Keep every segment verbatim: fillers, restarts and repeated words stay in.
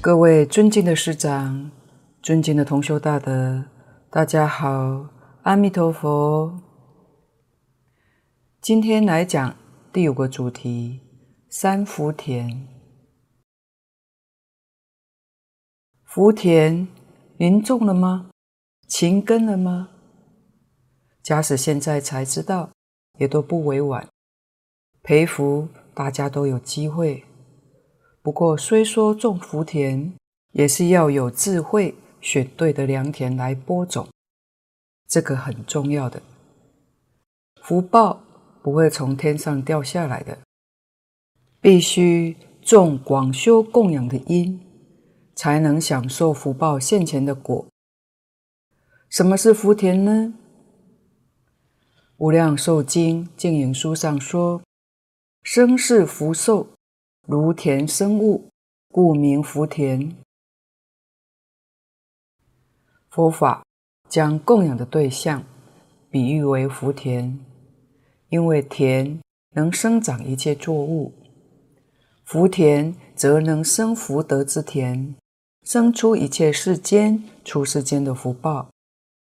各位尊敬的师长，尊敬的同修大德，大家好，阿弥陀佛。今天来讲第五个主题：三福田。福田，您种了吗？勤耕了吗？假使现在才知道，也都不为晚。培福，大家都有机会。不过虽说种福田，也是要有智慧，选对的良田来播种，这个很重要的。福报不会从天上掉下来的，必须种广修供养的因，才能享受福报现前的果。什么是福田呢？无量寿经净影书上说，生是福寿，如田生物，故名福田。佛法将供养的对象比喻为福田，因为田能生长一切作物，福田则能生福德之田，生出一切世间出世间的福报。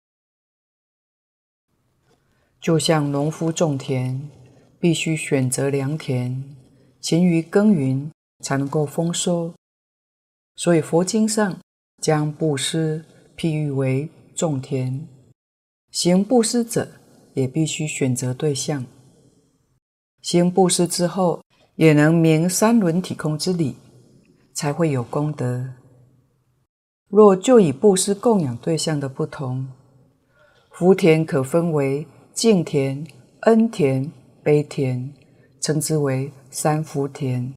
就像农夫种田，必须选择良田，勤于耕耘，才能够丰收。所以佛经上将布施譬喻为种田，行布施者也必须选择对象。行布施之后，也能明三轮体空之理，才会有功德。若就以布施供养对象的不同，福田可分为净田、恩田、悲田，称之为三福田。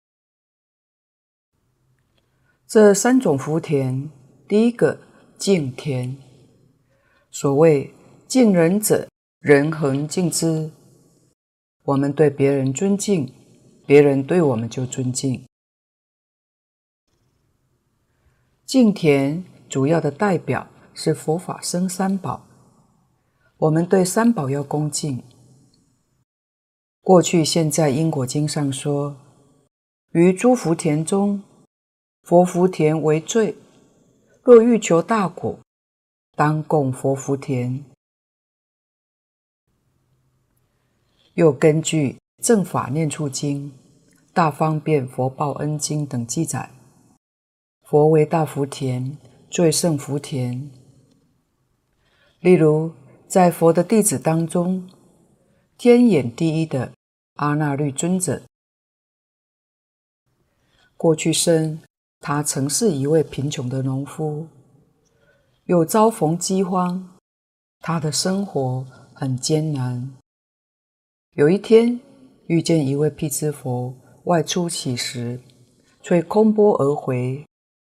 这三种福田，第一个净田。所谓敬人者，人恒敬之。我们对别人尊敬，别人对我们就尊敬。净田主要的代表是佛法僧三宝，我们对三宝要恭敬。过去现在因果经上说，于诸福田中，佛福田为最，若欲求大果，当供佛福田。又根据正法念处经、大方便佛报恩经等记载，佛为大福田，最胜福田。例如在佛的弟子当中，天眼第一的阿那律尊者，过去生他曾是一位贫穷的农夫，又遭逢饥荒，他的生活很艰难。有一天遇见一位辟支佛外出乞食，却空钵而回，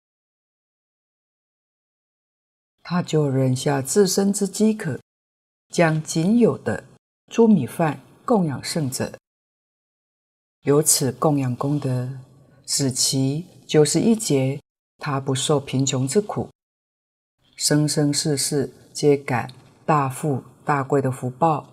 他就忍下自身之饥渴，将仅有的粗米饭供养圣者，由此供养功德，使其九十一劫他不受贫穷之苦，生生世世皆感大富大贵的福报。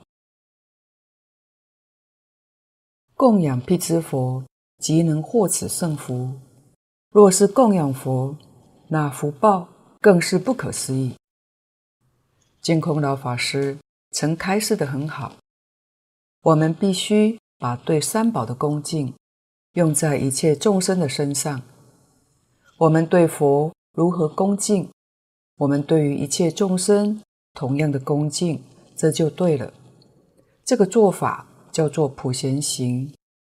供养辟支佛，即能获此圣福。若是供养佛，那福报更是不可思议。净空老法师曾开示得很好，我们必须把对三宝的恭敬用在一切众生的身上。我们对佛如何恭敬，我们对于一切众生同样的恭敬，这就对了。这个做法叫做普贤行。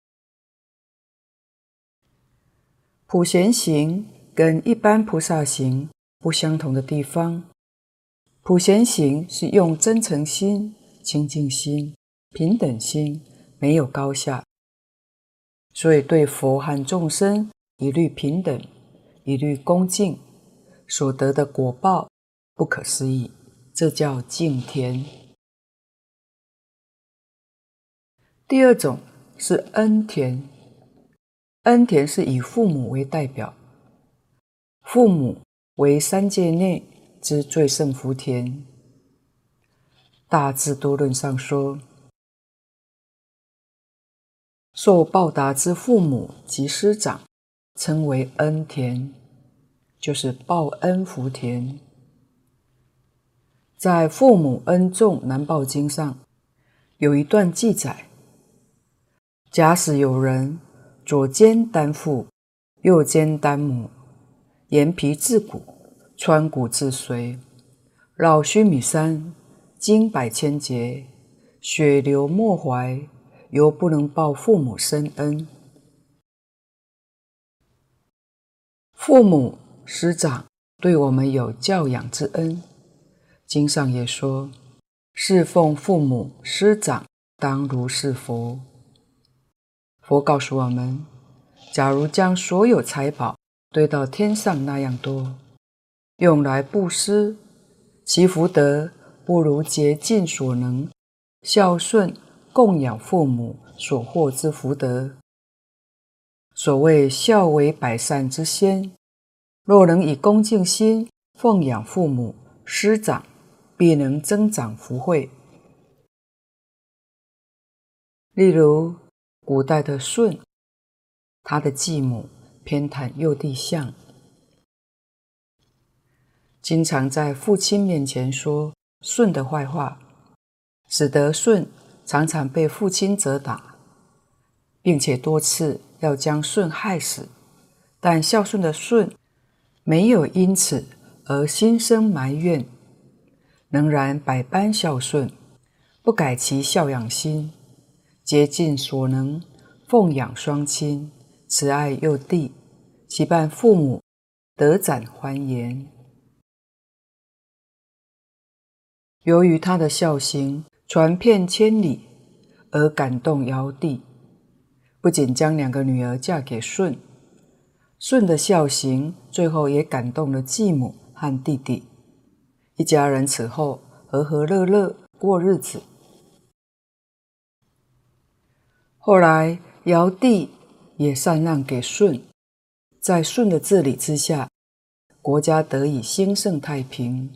普贤行跟一般菩萨行不相同的地方，普贤行是用真诚心、清净心、平等心，没有高下，所以对佛和众生一律平等，一律恭敬，所得的果报不可思议，这叫净田。第二种是恩田。恩田是以父母为代表，父母为三界内之最胜福田。大智度论上说，受报答之父母及师长，称为恩田。 就是报恩福田。在《父母恩重难报经》上有一段记载：假使有人左肩担父，右肩担母，言皮自骨，穿骨自髓，绕须弥山，经百千劫，血流没怀，犹不能报父母深恩。父母师长对我们有教养之恩，经上也说，侍奉父母师长，当如是佛。佛告诉我们，假如将所有财宝堆到天上那样多，用来布施，其福德不如竭尽所能孝顺供养父母所获之福德。所谓孝为百善之先，若能以恭敬心奉养父母师长，必能增长福慧。例如古代的舜，他的继母偏袒右帝象，经常在父亲面前说舜的坏话，使得舜常常被父亲责打，并且多次要将舜害死。但孝顺的舜没有因此而心生埋怨，仍然百般孝顺，不改其孝养心，竭尽所能奉养双亲，慈爱幼弟，期盼父母得展欢颜。由于他的孝行传遍千里，而感动尧帝，不仅将两个女儿嫁给舜，舜的孝行最后也感动了继母和弟弟，一家人此后和和乐乐过日子。后来尧帝也禅让给舜，在舜的治理之下，国家得以兴盛太平。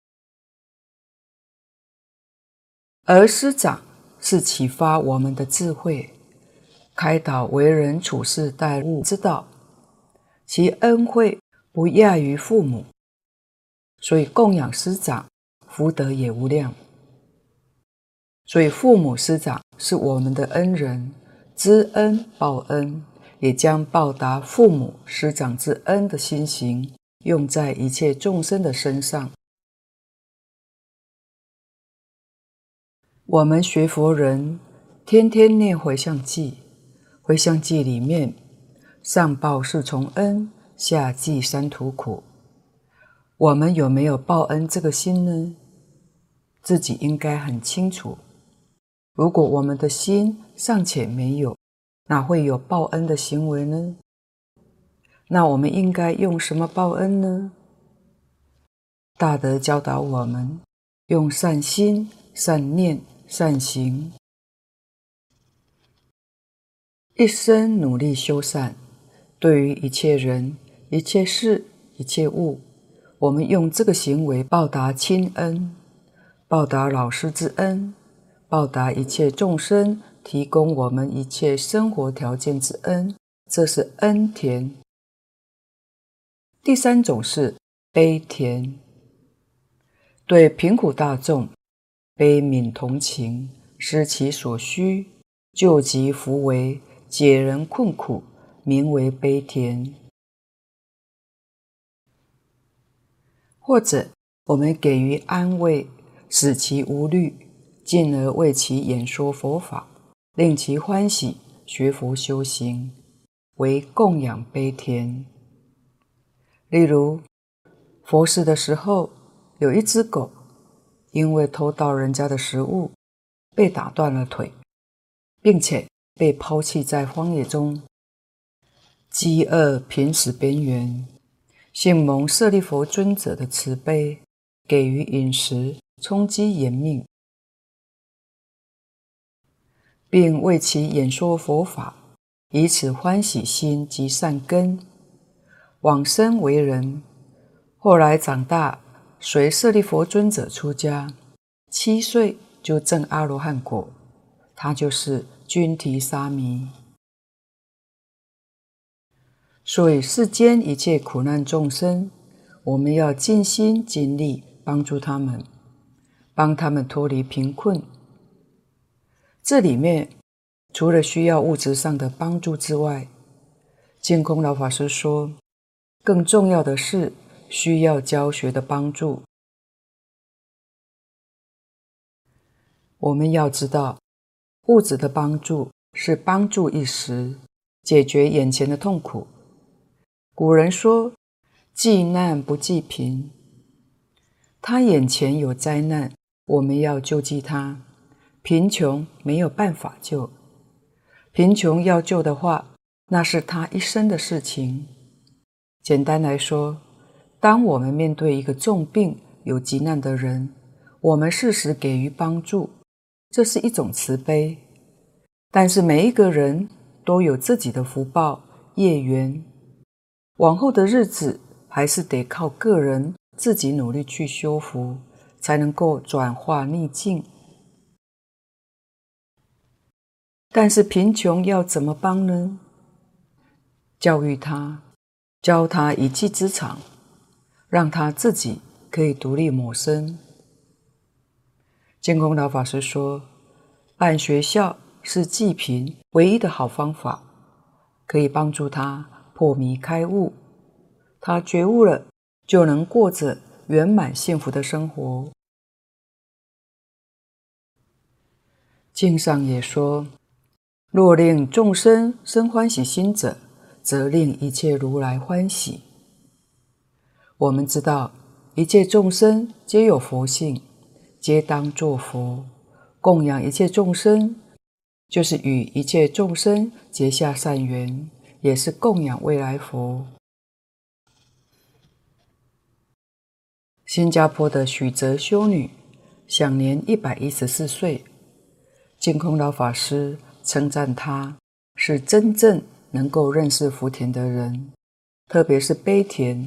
而师长是启发我们的智慧，开导为人处事待物之道，其恩惠不亚于父母，所以供养师长福德也无量。所以父母师长是我们的恩人，知恩报恩，也将报答父母师长之恩的心行用在一切众生的身上。我们学佛人天天念回向偈，回向偈里面上报四重恩，下济三途苦。我们有没有报恩这个心呢？自己应该很清楚。如果我们的心尚且没有，哪会有报恩的行为呢？那我们应该用什么报恩呢？大德教导我们用善心、善念、善行，一生努力修善。对于一切人、一切事、一切物，我们用这个行为报答亲恩，报答老师之恩，报答一切众生提供我们一切生活条件之恩，这是恩田。第三种是悲田，对贫苦大众悲悯同情，施其所需，救急扶危，解人困苦，名为悲田。或者我们给予安慰，使其无虑，进而为其演说佛法，令其欢喜，学佛修行，为供养悲田。例如佛事的时候，有一只狗因为偷盗人家的食物，被打断了腿，并且被抛弃在荒野中，饥饿濒死边缘。幸蒙舍利弗尊者的慈悲，给予饮食，充饥延命，并为其演说佛法，以此欢喜心及善根，往生为人。后来长大，随舍利弗尊者出家，七岁就证阿罗汉果，他就是君提沙弥。所以世间一切苦难众生， 我们要尽心尽力帮助他们，帮他们脱离贫困。这里面除了需要物质上的帮助之外，净空老法师说，更重要的是需要教学的帮助。我们要知道，物质的帮助是帮助一时，解决眼前的痛苦。古人说，济难不济贫。他眼前有灾难，我们要救济他。贫穷没有办法救，贫穷要救的话，那是他一生的事情。简单来说，当我们面对一个重病有急难的人，我们适时给予帮助，这是一种慈悲。但是每一个人都有自己的福报业缘，往后的日子还是得靠个人自己努力去修福，才能够转化逆境。但是贫穷要怎么帮呢？教育他，教他一技之长，让他自己可以独立谋生。净空老法师说，办学校是济贫唯一的好方法，可以帮助他破迷开悟。他觉悟了，就能过着圆满幸福的生活。经上也说，若令众生生欢喜心者，则令一切如来欢喜。我们知道，一切众生皆有佛性，皆当作佛。供养一切众生，就是与一切众生结下善缘，也是供养未来佛。新加坡的许泽修女享年一百一十四岁，净空老法师称赞她是真正能够认识福田的人，特别是悲田。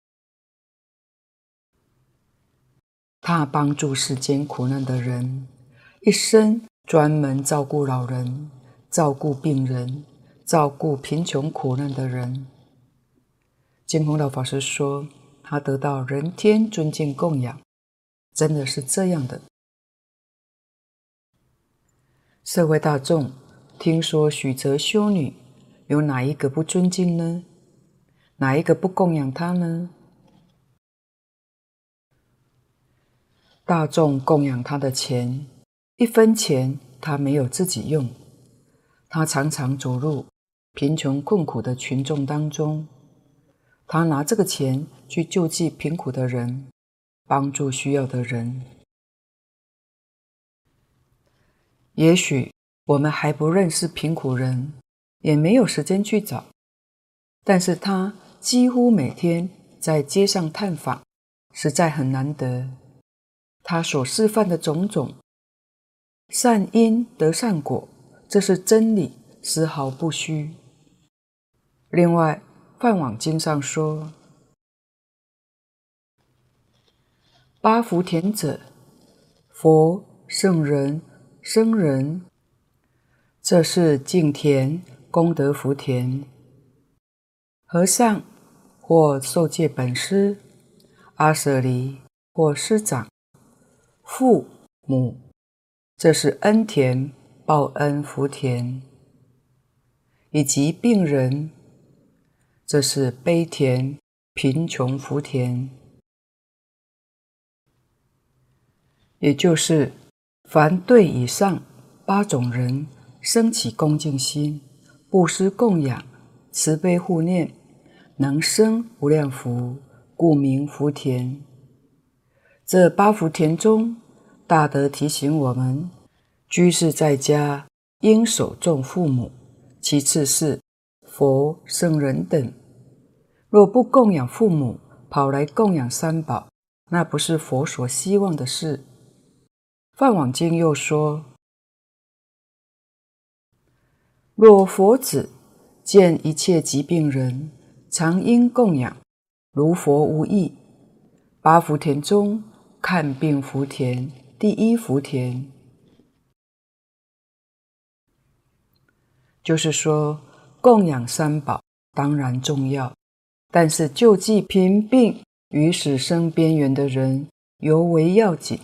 她帮助世间苦难的人，一生专门照顾老人，照顾病人，照顾贫穷苦难的人。净空老法师说，他得到人天尊敬供养，真的是这样的。社会大众听说许泽修女，有哪一个不尊敬呢？哪一个不供养她呢？大众供养她的钱，一分钱她没有自己用，她常常走入贫穷困苦的群众当中，她拿这个钱去救济贫苦的人，帮助需要的人。也许我们还不认识贫苦人，也没有时间去找，但是他几乎每天在街上探访，实在很难得。他所示范的种种，善因得善果，这是真理，丝毫不虚。另外，梵网经上说，八福田者，佛、圣人、僧人，这是净田功德福田。和尚或受戒本师，阿舍离或师长，父母，这是恩田报恩福田。以及病人，这是悲田贫穷福田。也就是凡对以上八种人生起恭敬心，布施供养，慈悲护念，能生无量福，故名福田。这八福田中，大德提醒我们，居士在家应首重父母，其次是佛、圣人等。若不供养父母，跑来供养三宝，那不是佛所希望的事。梵网经又说，若佛子见一切疾病人，常应供养，如佛无异。八福田中看病福田第一福田。就是说，供养三宝当然重要，但是救济贫病与死生边缘的人尤为要紧。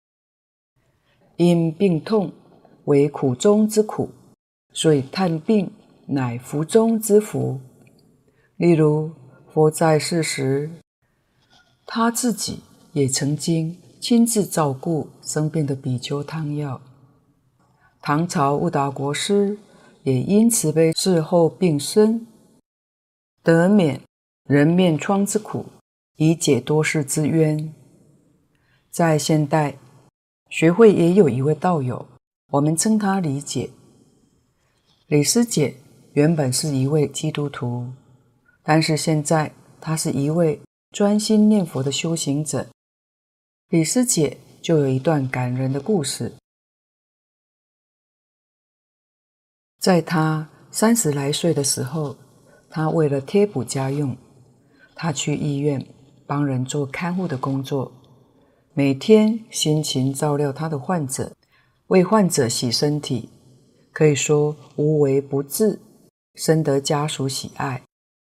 因病痛为苦中之苦，所以探病乃福中之福。例如佛在世时，他自己也曾经亲自照顾生病的比丘汤药。唐朝悟达国师也因慈悲事后病身，得免人面疮之苦，以解多世之冤。在现代学会也有一位道友，我们称他李姐。李师姐原本是一位基督徒，但是现在她是一位专心念佛的修行者。李师姐就有一段感人的故事。在她三十来岁的时候，她为了贴补家用，她去医院帮人做看护的工作，每天辛勤照料她的患者，为患者洗身体，可以说无微不至，深得家属喜爱。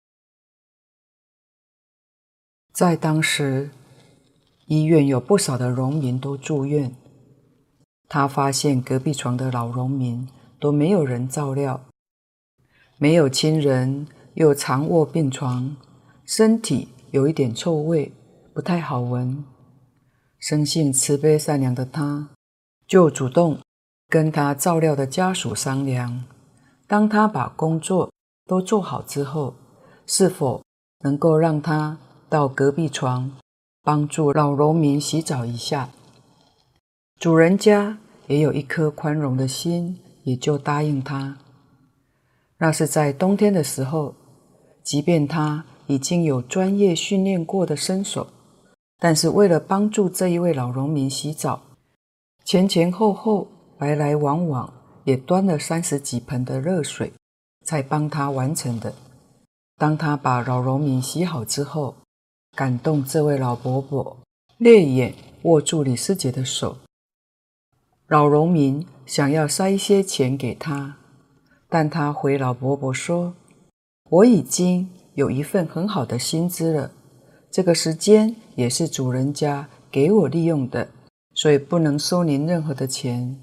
在当时，医院有不少的农民都住院，他发现隔壁床的老农民都没有人照料，没有亲人，又常卧病床，身体有一点臭味，不太好闻。生性慈悲善良的他，就主动跟他照料的家属商量，当他把工作都做好之后，是否能够让他到隔壁床帮助老农民洗澡一下。主人家也有一颗宽容的心，也就答应他。那是在冬天的时候，即便他已经有专业训练过的身手，但是为了帮助这一位老农民洗澡，前前后后来来往往也端了三十几盆的热水才帮他完成的。当他把老农民洗好之后，感动这位老伯伯烈眼握住李师姐的手。老农民想要塞一些钱给他，但他回老伯伯说，我已经有一份很好的薪资了，这个时间也是主人家给我利用的，所以不能收您任何的钱。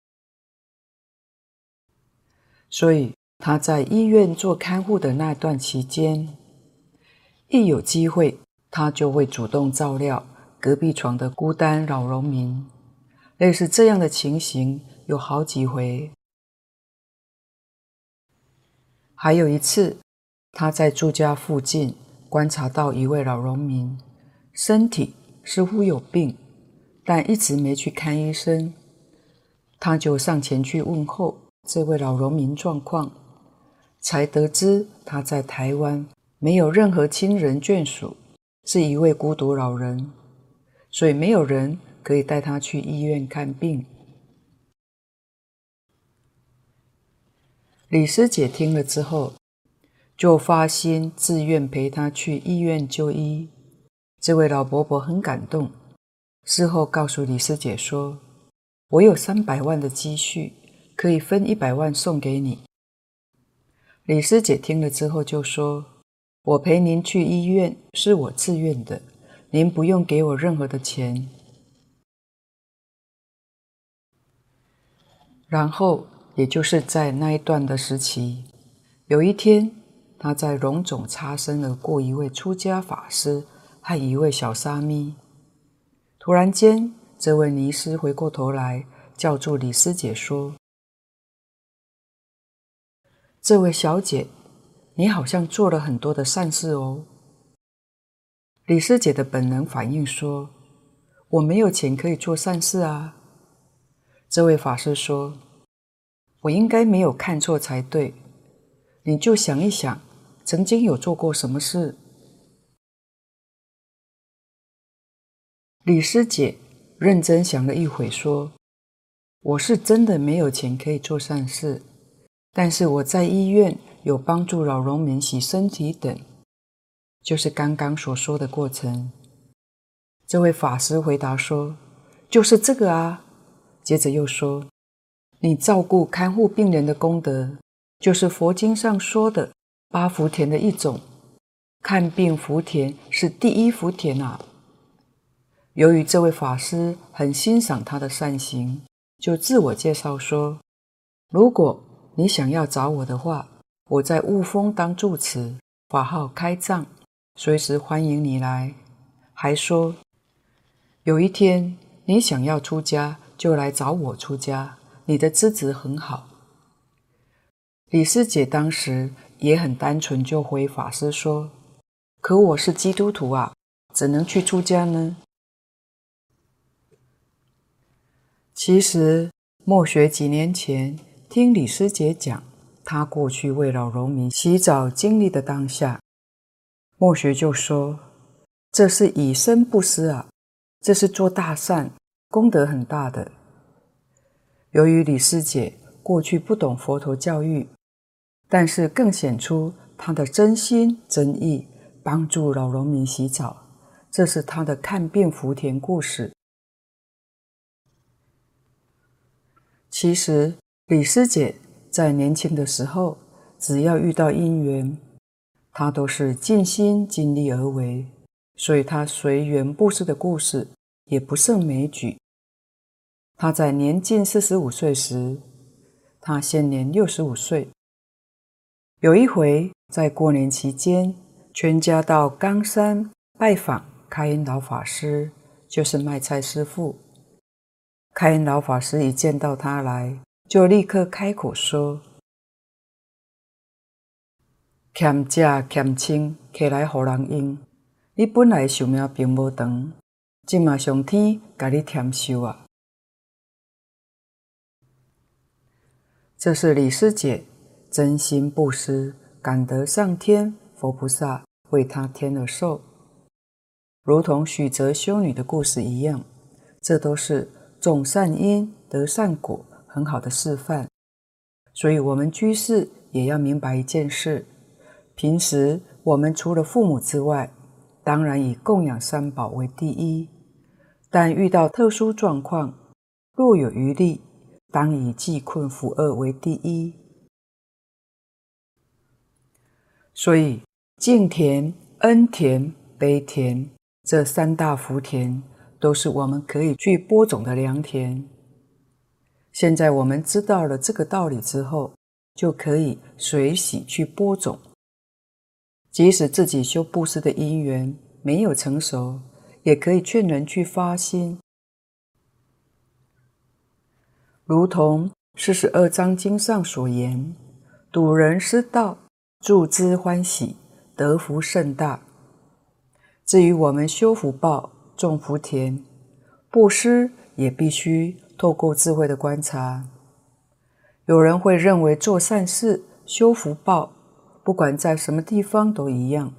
所以他在医院做看护的那段期间，一有机会他就会主动照料隔壁床的孤单老农民。类似这样的情形有好几回。还有一次，他在住家附近观察到一位老农民，身体似乎有病，但一直没去看医生。他就上前去问候这位老农民状况，才得知他在台湾没有任何亲人眷属，是一位孤独老人，所以没有人可以带他去医院看病。李师姐听了之后，就发心自愿陪他去医院就医。这位老伯伯很感动，事后告诉李师姐说，我有三百万的积蓄，可以分一百万送给你。李师姐听了之后就说，我陪您去医院是我自愿的，您不用给我任何的钱。然后也就是在那一段的时期，有一天他在荣总擦身而过一位出家法师和一位小沙弥，突然间这位尼师回过头来叫住李师姐说，这位小姐，你好像做了很多的善事哦。李师姐的本能反应说，我没有钱可以做善事啊。这位法师说，我应该没有看错才对，你就想一想，曾经有做过什么事。李师姐认真想了一会说，我是真的没有钱可以做善事，但是我在医院有帮助老农民洗身体等，就是刚刚所说的过程。这位法师回答说，就是这个啊。接着又说，你照顾看护病人的功德，就是佛经上说的八福田的一种， 看病福田是第一福田啊。由于这位法师很欣赏他的善行，就自我介绍说，如果你想要找我的话，我在雾峰当住持，法号开藏，随时欢迎你来。还说有一天你想要出家，就来找我出家，你的资质很好。李师姐当时也很单纯，就回法师说，可我是基督徒啊，怎能去出家呢？其实默学几年前听李师姐讲她过去为老农民洗澡经历的当下，默学就说，这是以身布施啊，这是做大善，功德很大的。由于李师姐过去不懂佛陀教育，但是更显出她的真心真意，帮助老农民洗澡，这是她的看病福田故事。其实李师姐在年轻的时候，只要遇到因缘，她都是尽心尽力而为，所以她随缘布施的故事也不胜枚举。她在年近四十五岁时，她现年六十五岁。有一回在过年期间，全家到冈山拜访开恩老法师，就是卖菜师父。开恩老法师一见到他来，就立刻开口说，欠食欠穿，起来予人用。你本来寿命并无长，现在上天给你添寿啊。这是李师姐真心布施，感得上天佛菩萨为她添了寿，如同许泽修女的故事一样，这都是种善因得善果很好的示范。所以我们居士也要明白一件事，平时我们除了父母之外，当然以供养三宝为第一，但遇到特殊状况，若有余力，当以济困扶恶为第一。所以敬田、恩田、悲田这三大福田都是我们可以去播种的良田。现在我们知道了这个道理之后，就可以随喜去播种。即使自己修布施的因缘没有成熟，也可以劝人去发心。如同四十二章经上所言，睹人施道，助之欢喜，得福甚大。至于我们修福报、种福田、布施，也必须透过智慧的观察。有人会认为做善事、修福报，不管在什么地方都一样。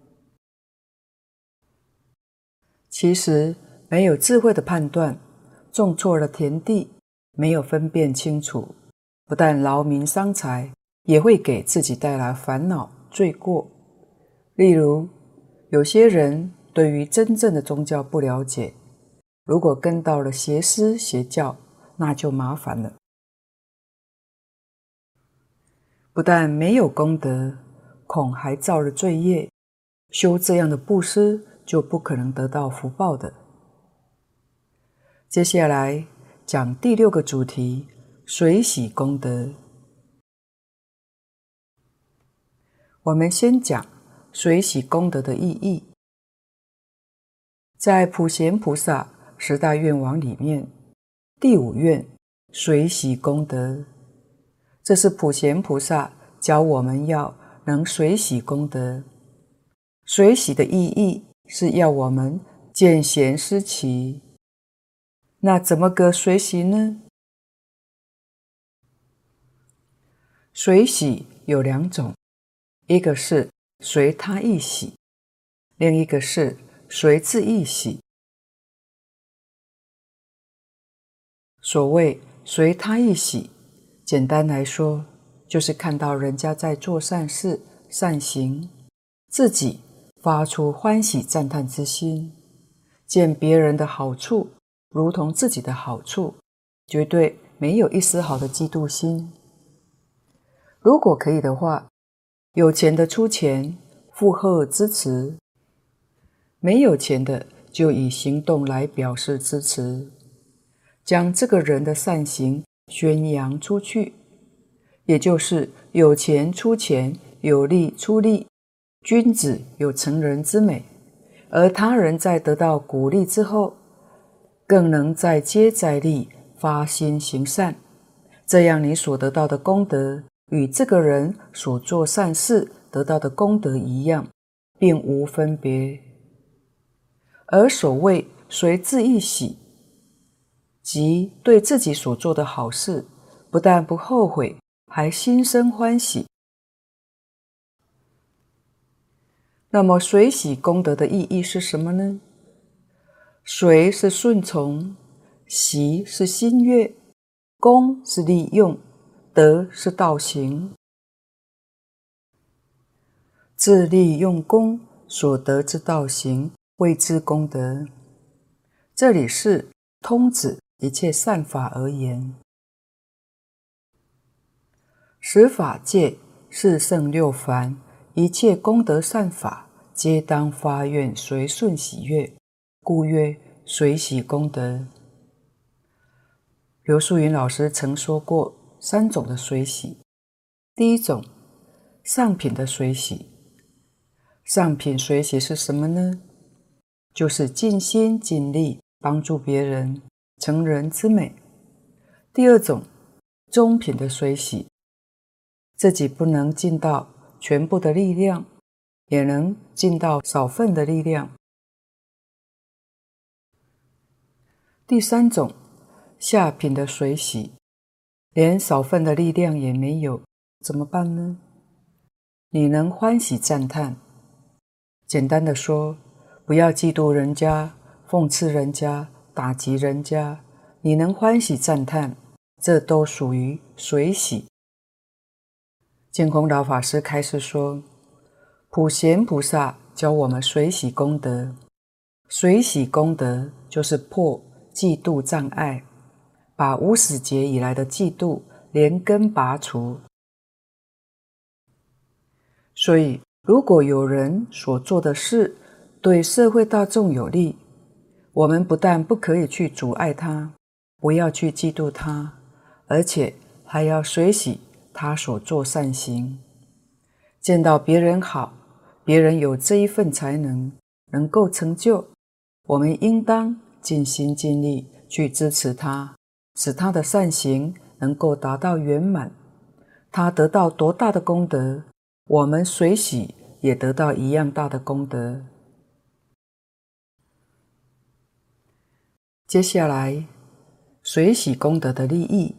其实没有智慧的判断，种错了田地，没有分辨清楚，不但劳民伤财，也会给自己带来烦恼、罪过。例如，有些人对于真正的宗教不了解，如果跟到了邪师邪教，那就麻烦了。不但没有功德，恐还造了罪业，修这样的布施就不可能得到福报的。接下来讲第六个主题，随喜功德。我们先讲随喜功德的意义。在普贤菩萨十大愿望里面，第五愿随喜功德，这是普贤菩萨教我们要能随喜功德。随喜的意义是要我们见贤思齐。那怎么个随喜呢？随喜有两种，一个是随他意喜，另一个是随自意喜。所谓随他意喜，简单来说，就是看到人家在做善事、善行，自己发出欢喜赞叹之心，见别人的好处如同自己的好处，绝对没有一丝毫的嫉妒心。如果可以的话，有钱的出钱， 附和支持；没有钱的就以行动来表示支持，将这个人的善行宣扬出去，也就是有钱出钱，有力出力，君子有成人之美，而他人在得到鼓励之后，更能再接再厉，发心行善，这样你所得到的功德与这个人所做善事得到的功德一样，并无分别。而所谓随自意喜，即对自己所做的好事不但不后悔，还心生欢喜。那么随喜功德的意义是什么呢？随是顺从，喜是心悦，功是利用，德是道行。自利用功所得之道行，谓之功德。这里是通指一切善法而言。十法界四圣六凡，一切功德善法，皆当发愿随顺喜悦，故曰随喜功德。刘素云老师曾说过三种的随喜。第一种，上品的随喜。上品随喜是什么呢？就是尽心尽力帮助别人，成人之美。第二种，中品的随喜，自己不能尽到全部的力量，也能尽到少份的力量。第三种，下品的随喜，连少份的力量也没有，怎么办呢？你能欢喜赞叹。简单的说，不要嫉妒人家，讽刺人家，打击人家，你能欢喜赞叹，这都属于随喜。净空老法师开示说，普贤菩萨教我们随喜功德，随喜功德就是破嫉妒障碍，把无始劫以来的嫉妒连根拔除。所以如果有人所做的事对社会大众有利，我们不但不可以去阻碍他，不要去嫉妒他，而且还要随喜他所做善行。见到别人好，别人有这一份才能，能够成就，我们应当尽心尽力去支持他，使他的善行能够达到圆满。他得到多大的功德，我们随喜也得到一样大的功德。接下来，随喜功德的利益。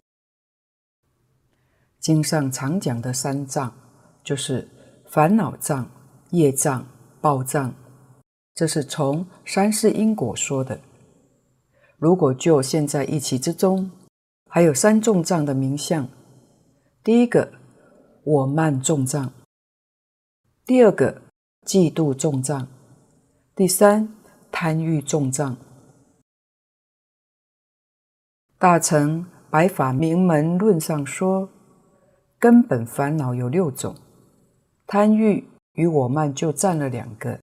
经上常讲的三障，就是烦恼障、业障、报障，这是从三世因果说的。如果就现在一期之中，还有三重障的名相。第一个，我慢重障；第二个，嫉妒重障；第三，贪欲重障。大乘百法明门论上说，根本烦恼有六种，贪欲与我慢就占了两个。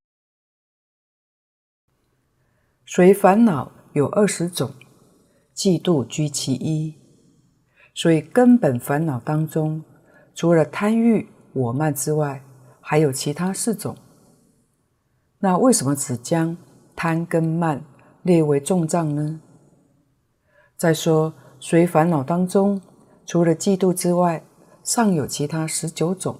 随烦恼有二十种，嫉妒居其一。所以根本烦恼当中，除了贪欲、我慢之外，还有其他四种。那为什么只将贪跟慢列为重障呢？再说，随烦恼当中，除了嫉妒之外，尚有其他十九种。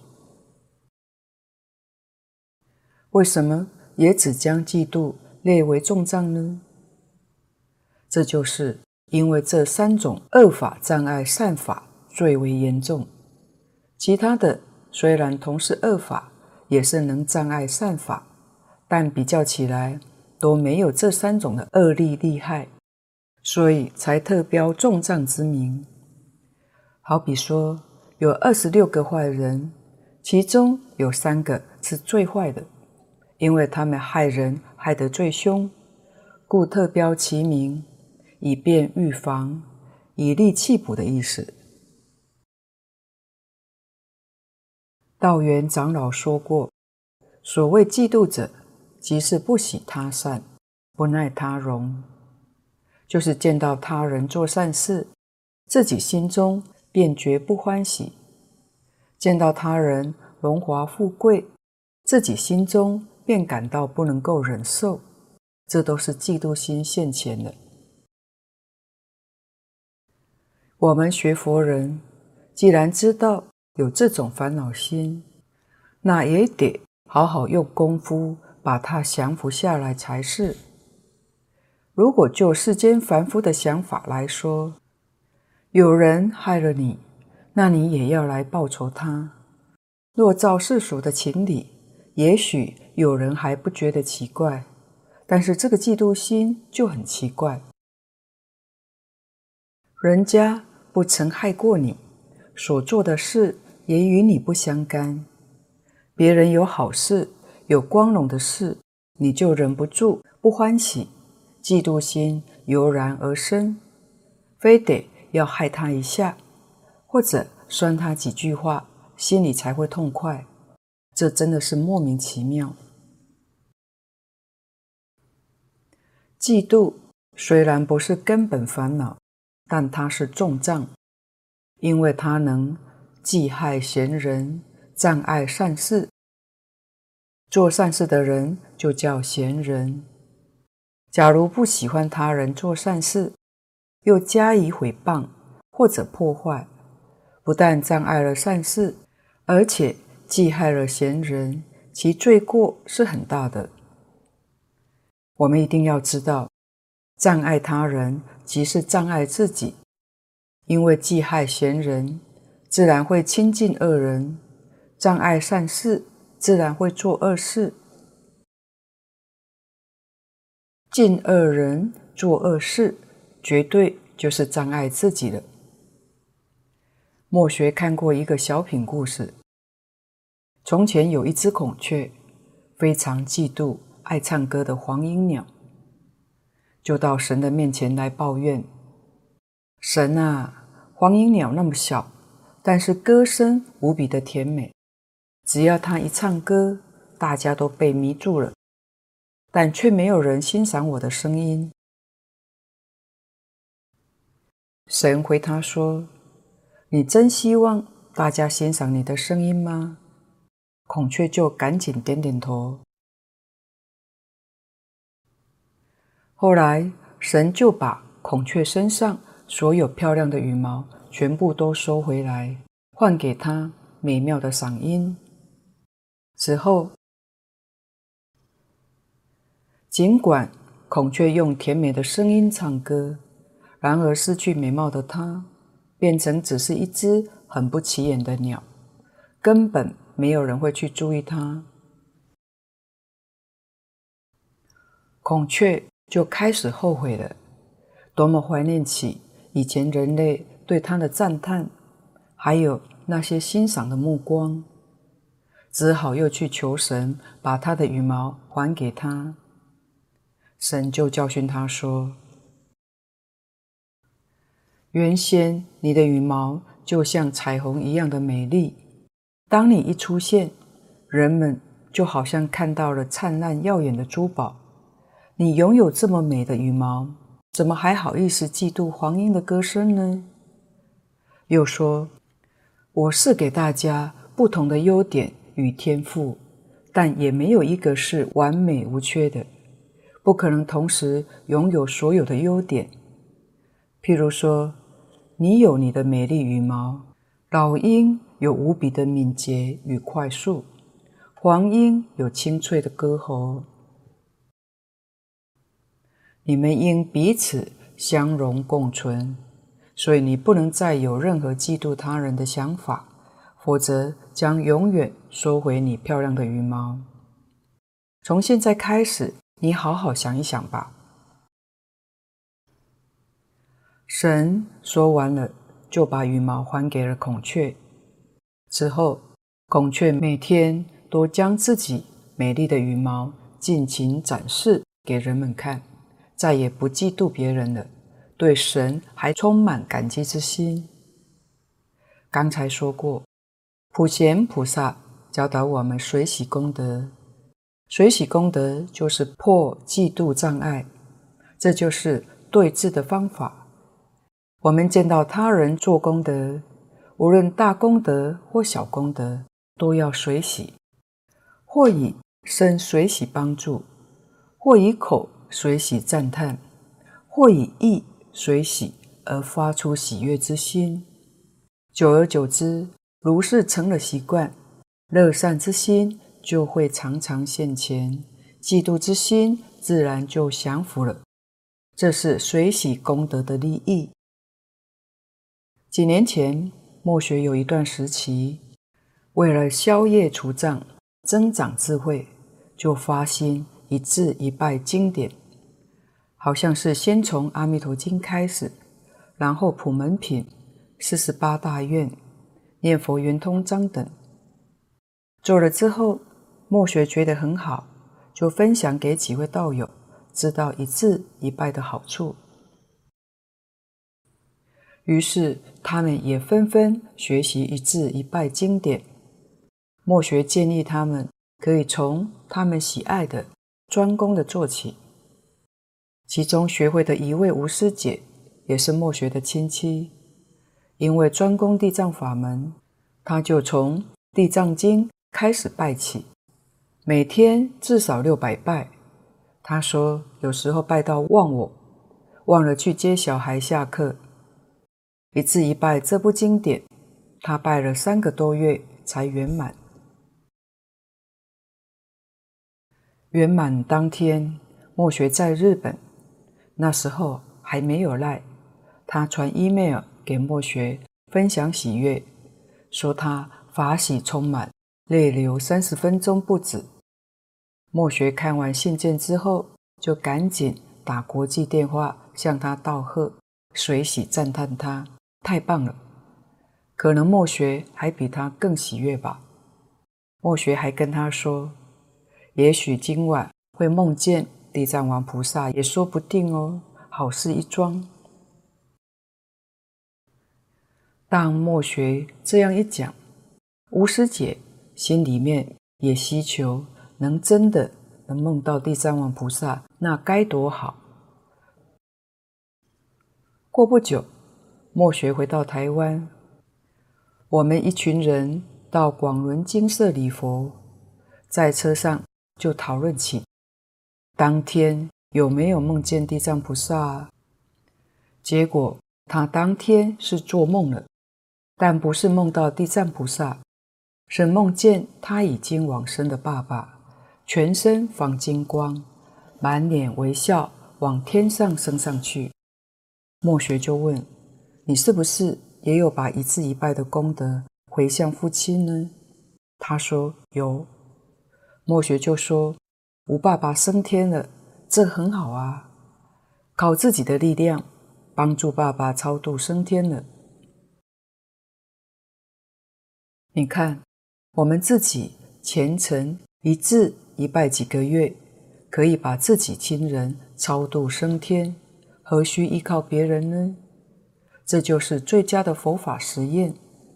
为什么也只将嫉妒列为重障呢？这就是因为这三种恶法障碍善法最为严重，其他的虽然同是恶法，也是能障碍善法，但比较起来都没有这三种的恶力厉害，所以才特标重障之名。好比说，有二十六个坏人，其中有三个是最坏的，因为他们害人害得最凶，故特标其名，以便预防，以利弃补的意思。道元长老说过， 所谓嫉妒者，即是不喜他善，不耐他荣，就是见到他人做善事，自己心中便绝不欢喜；见到他人荣华富贵，自己心中便感到不能够忍受，这都是嫉妒心现前的。我们学佛人，既然知道有这种烦恼心，那也得好好用功夫把它降服下来才是。如果就世间凡夫的想法来说，有人害了你，那你也要来报仇他。若照世俗的情理，也许有人还不觉得奇怪，但是这个嫉妒心就很奇怪。人家不曾害过你，所做的事也与你不相干。别人有好事，有光荣的事，你就忍不住不欢喜，嫉妒心油然而生，非得要害他一下，或者酸他几句话，心里才会痛快。这真的是莫名其妙。嫉妒虽然不是根本烦恼，但它是重障，因为它能忌害贤人，障碍善事。做善事的人就叫贤人。假如不喜欢他人做善事，又加以毁谤或者破坏，不但障碍了善事，而且忌害了贤人，其罪过是很大的。我们一定要知道，障碍他人即是障碍自己，因为忌害贤人，自然会亲近恶人；障碍善事，自然会做恶事。近恶人做恶事，绝对就是障碍自己了。墨学看过一个小品故事。从前有一只孔雀，非常嫉妒爱唱歌的黄莺鸟，就到神的面前来抱怨：神啊，黄莺鸟那么小，但是歌声无比的甜美，只要它一唱歌，大家都被迷住了，但却没有人欣赏我的声音。神回他说：你真希望大家欣赏你的声音吗？孔雀就赶紧点点头。后来神就把孔雀身上所有漂亮的羽毛全部都收回来，换给它美妙的嗓音。之后，尽管孔雀用甜美的声音唱歌，然而失去美貌的它，变成只是一只很不起眼的鸟，根本没有人会去注意它。孔雀就开始后悔了，多么怀念起以前人类对它的赞叹，还有那些欣赏的目光，只好又去求神把它的羽毛还给它。神就教训他说：原先你的羽毛就像彩虹一样的美丽，当你一出现，人们就好像看到了灿烂耀眼的珠宝。你拥有这么美的羽毛，怎么还好意思嫉妒黄莺的歌声呢？又说，我是给大家不同的优点与天赋，但也没有一个是完美无缺的，不可能同时拥有所有的优点。譬如说，你有你的美丽羽毛，老鹰有无比的敏捷与快速，黄莺有清脆的歌喉。你们应彼此相容共存，所以你不能再有任何嫉妒他人的想法，否则将永远收回你漂亮的羽毛。从现在开始，你好好想一想吧。神说完了，就把羽毛还给了孔雀。之后，孔雀每天都将自己美丽的羽毛尽情展示给人们看，再也不嫉妒别人了，对神还充满感激之心。刚才说过，普贤菩萨教导我们随喜功德， 随喜功德就是破嫉妒障碍，这就是对治的方法。我们见到他人做功德，无论大功德或小功德，都要随喜，或以身随喜帮助，或以口随喜赞叹，或以意随喜而发出喜悦之心。久而久之，如是成了习惯，乐善之心就会常常现前，嫉妒之心自然就降伏了。这是随喜功德的利益。几年前，墨学有一段时期，为了消业除障、增长智慧，就发心一字一拜经典，好像是先从《阿弥陀经》开始，然后普门品、四十八大愿、念佛圆通章等。做了之后，墨学觉得很好，就分享给几位道友，知道一字一拜的好处。于是他们也纷纷学习一字一拜经典。墨学建议他们可以从他们喜爱的专攻的做起。其中学会的一位无师姐也是墨学的亲戚，因为专攻地藏法门，他就从地藏经开始拜起，每天至少六百拜。他说有时候拜到忘我，忘了去接小孩下课。一字一拜这部经典，他拜了三个多月才圆满。圆满当天，墨学在日本，那时候还没有赖，他传 email 给墨学分享喜悦，说他法喜充满，泪流三十分钟不止。墨学看完信件之后，就赶紧打国际电话向他道贺，随喜赞叹他太棒了。可能墨学还比他更喜悦吧。墨学还跟他说，也许今晚会梦见地藏王菩萨也说不定哦，好事一桩。当墨学这样一讲，吴师姐心里面也希求能真的能梦到地藏王菩萨，那该多好。过不久，墨学回到台湾，我们一群人到广伦精舍礼佛，在车上就讨论起当天有没有梦见地藏菩萨啊。结果他当天是做梦了，但不是梦到地藏菩萨，是梦见他已经往生的爸爸，全身放金光，满脸微笑往天上升上去。墨学就问，你是不是也有把一字一拜的功德回向父亲呢？他说有。墨学就说，吴爸爸升天了，这很好啊，靠自己的力量帮助爸爸超度升天了。你看，我们自己虔诚一字一拜几个月，可以把自己亲人超度升天，何须依靠别人呢？这就是最佳的佛法实验。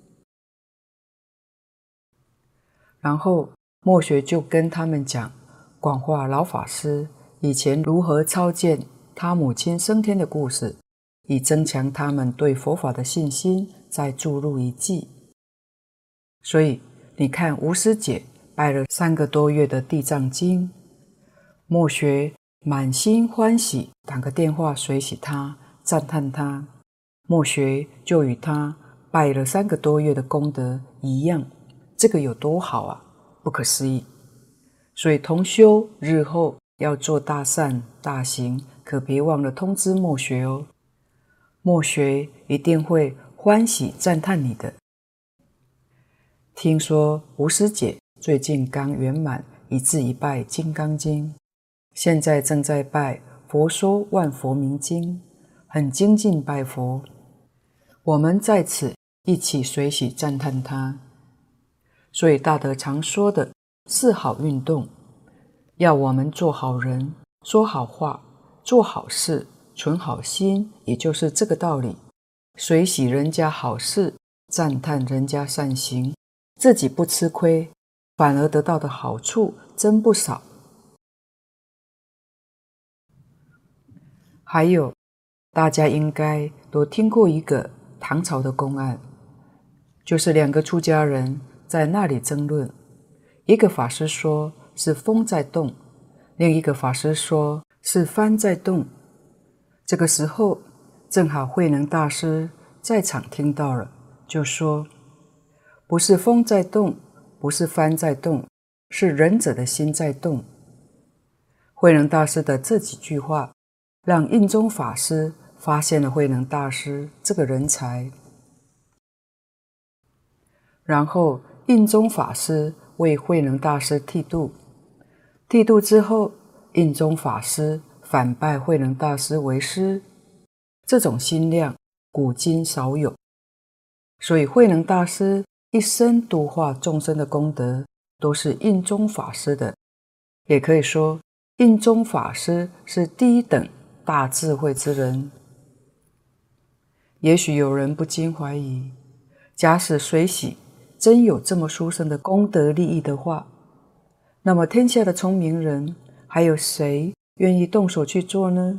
然后墨学就跟他们讲广化老法师以前如何超荐他母亲升天的故事，以增强他们对佛法的信心，再注入一剂。所以你看，吴师姐拜了三个多月的地藏经，墨学满心欢喜，打个电话随喜他，赞叹他。墨学就与他拜了三个多月的功德一样，这个有多好啊，不可思议。所以同修日后要做大善大行，可别忘了通知墨学哦，墨学一定会欢喜赞叹你的。听说吴师姐最近刚圆满一字一拜金刚经，现在正在拜佛说万佛明经，很精进拜佛。我们在此一起随喜赞叹他。所以大德常说的四好运动，要我们做好人，说好话，做好事，存好心，也就是这个道理。随喜人家好事，赞叹人家善行，自己不吃亏，反而得到的好处真不少。 还有，大家应该都听过一个唐朝的公案，就是两个出家人在那里争论，一个法师说是风在动，另一个法师说是幡在动。这个时候正好慧能大师在场听到了，就说不是风在动，不是幡在动，是仁者的心在动。慧能大师的这几句话让印宗法师发现了慧能大师这个人才，然后印宗法师为慧能大师剃度，剃度之后印宗法师反拜慧能大师为师，这种心量古今少有，所以慧能大师一生度化众生的功德都是印宗法师的，也可以说印宗法师是第一等大智慧之人。也许有人不禁怀疑，假使水洗真有这么殊胜的功德利益的话，那么天下的聪明人还有谁愿意动手去做呢？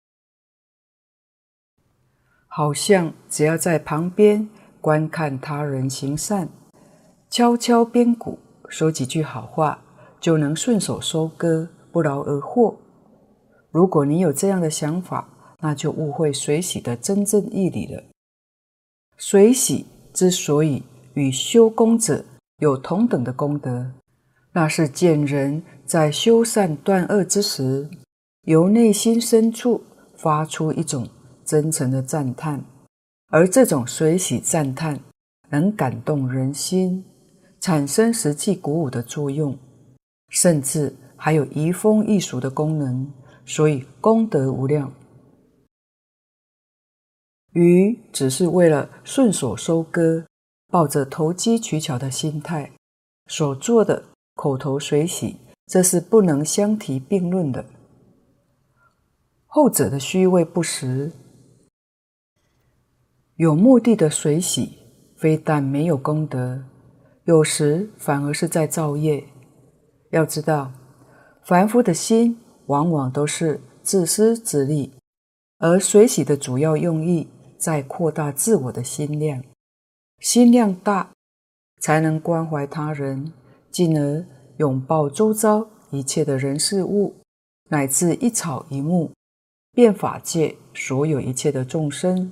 好像只要在旁边观看他人行善，悄悄编鼓说几句好话，就能顺手收割，不劳而获。如果你有这样的想法，那就误会水洗的真正义理了。水洗之所以与修功者有同等的功德，那是见人在修善断恶之时，由内心深处发出一种真诚的赞叹，而这种水洗赞叹能感动人心，产生实际鼓舞的作用，甚至还有移风易俗的功能，所以功德无量。鱼只是为了顺手收割，抱着投机取巧的心态所做的口头水洗，这是不能相提并论的。后者的虚伪不实，有目的的水洗非但没有功德，有时反而是在造业。要知道，凡夫的心往往都是自私自利，而水洗的主要用意在扩大自我的心量，心量大才能关怀他人，进而拥抱周遭一切的人事物，乃至一草一木，遍法界所有一切的众生。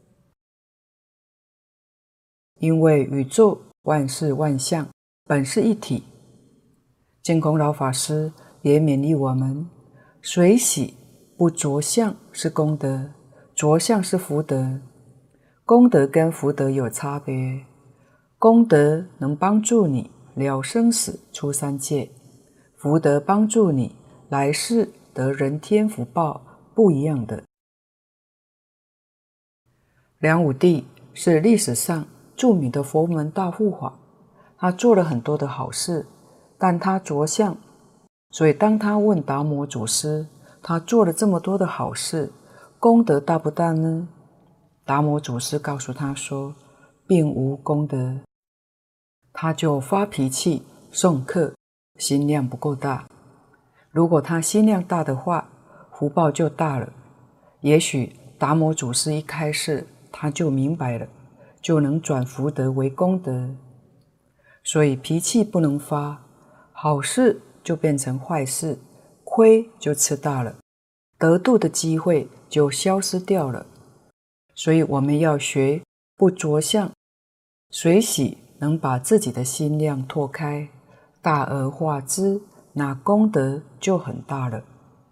因为宇宙万事万象本是一体，净空老法师也勉励我们，水洗不着相是功德，着相是福德。功德跟福德有差别，功德能帮助你了生死出三界，福德帮助你来世得人天福报，不一样的。梁武帝是历史上著名的佛门大护法，他做了很多的好事，但他着相，所以当他问达摩祖师，他做了这么多的好事，功德大不大呢？达摩祖师告诉他说，并无功德。他就发脾气送客，心量不够大。如果他心量大的话，福报就大了。也许达摩祖师一开始他就明白了，就能转福德为功德。所以脾气不能发，好事就变成坏事，亏就吃大了，得度的机会就消失掉了。所以我们要学不着相，水洗能把自己的心量拓开，大而化之，那功德就很大了。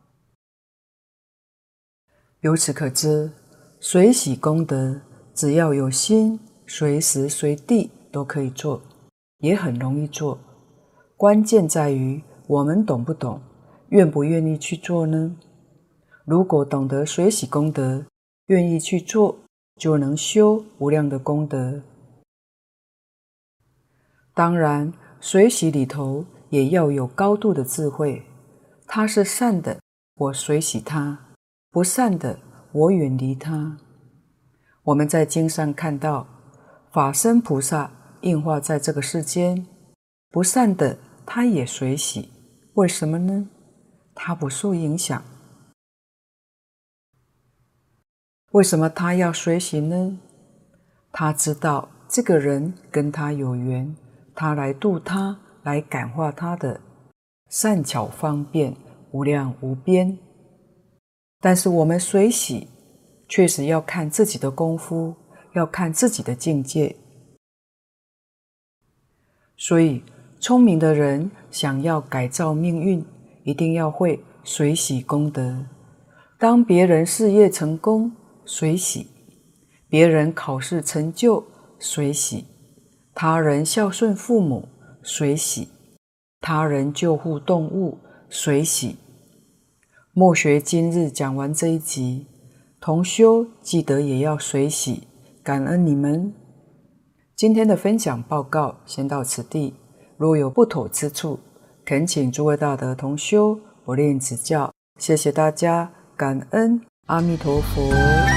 由此可知，水洗功德只要有心，随时随地都可以做，也很容易做。关键在于我们懂不懂，愿不愿意去做呢？如果懂得水洗功德，愿意去做，就能修无量的功德。当然，水洗里头也要有高度的智慧，它是善的，我水洗它；不善的，我远离它。我们在经上看到，法身菩萨应化在这个世间，不善的他也水洗，为什么呢？他不受影响。 为什么他要随喜呢？他知道这个人跟他有缘，他来度他，来感化他的，善巧方便，无量无边。但是我们随喜，确实要看自己的功夫，要看自己的境界。所以聪明的人想要改造命运，一定要会随喜功德。当别人事业成功，随喜；别人考试成就，随喜；他人孝顺父母，随喜；他人救护动物，随喜。莫学今日讲完这一集，同修记得也要随喜，感恩你们。今天的分享报告先到此地，若有不妥之处，恳请诸位大德同修不吝指教。谢谢大家，感恩阿弥陀佛。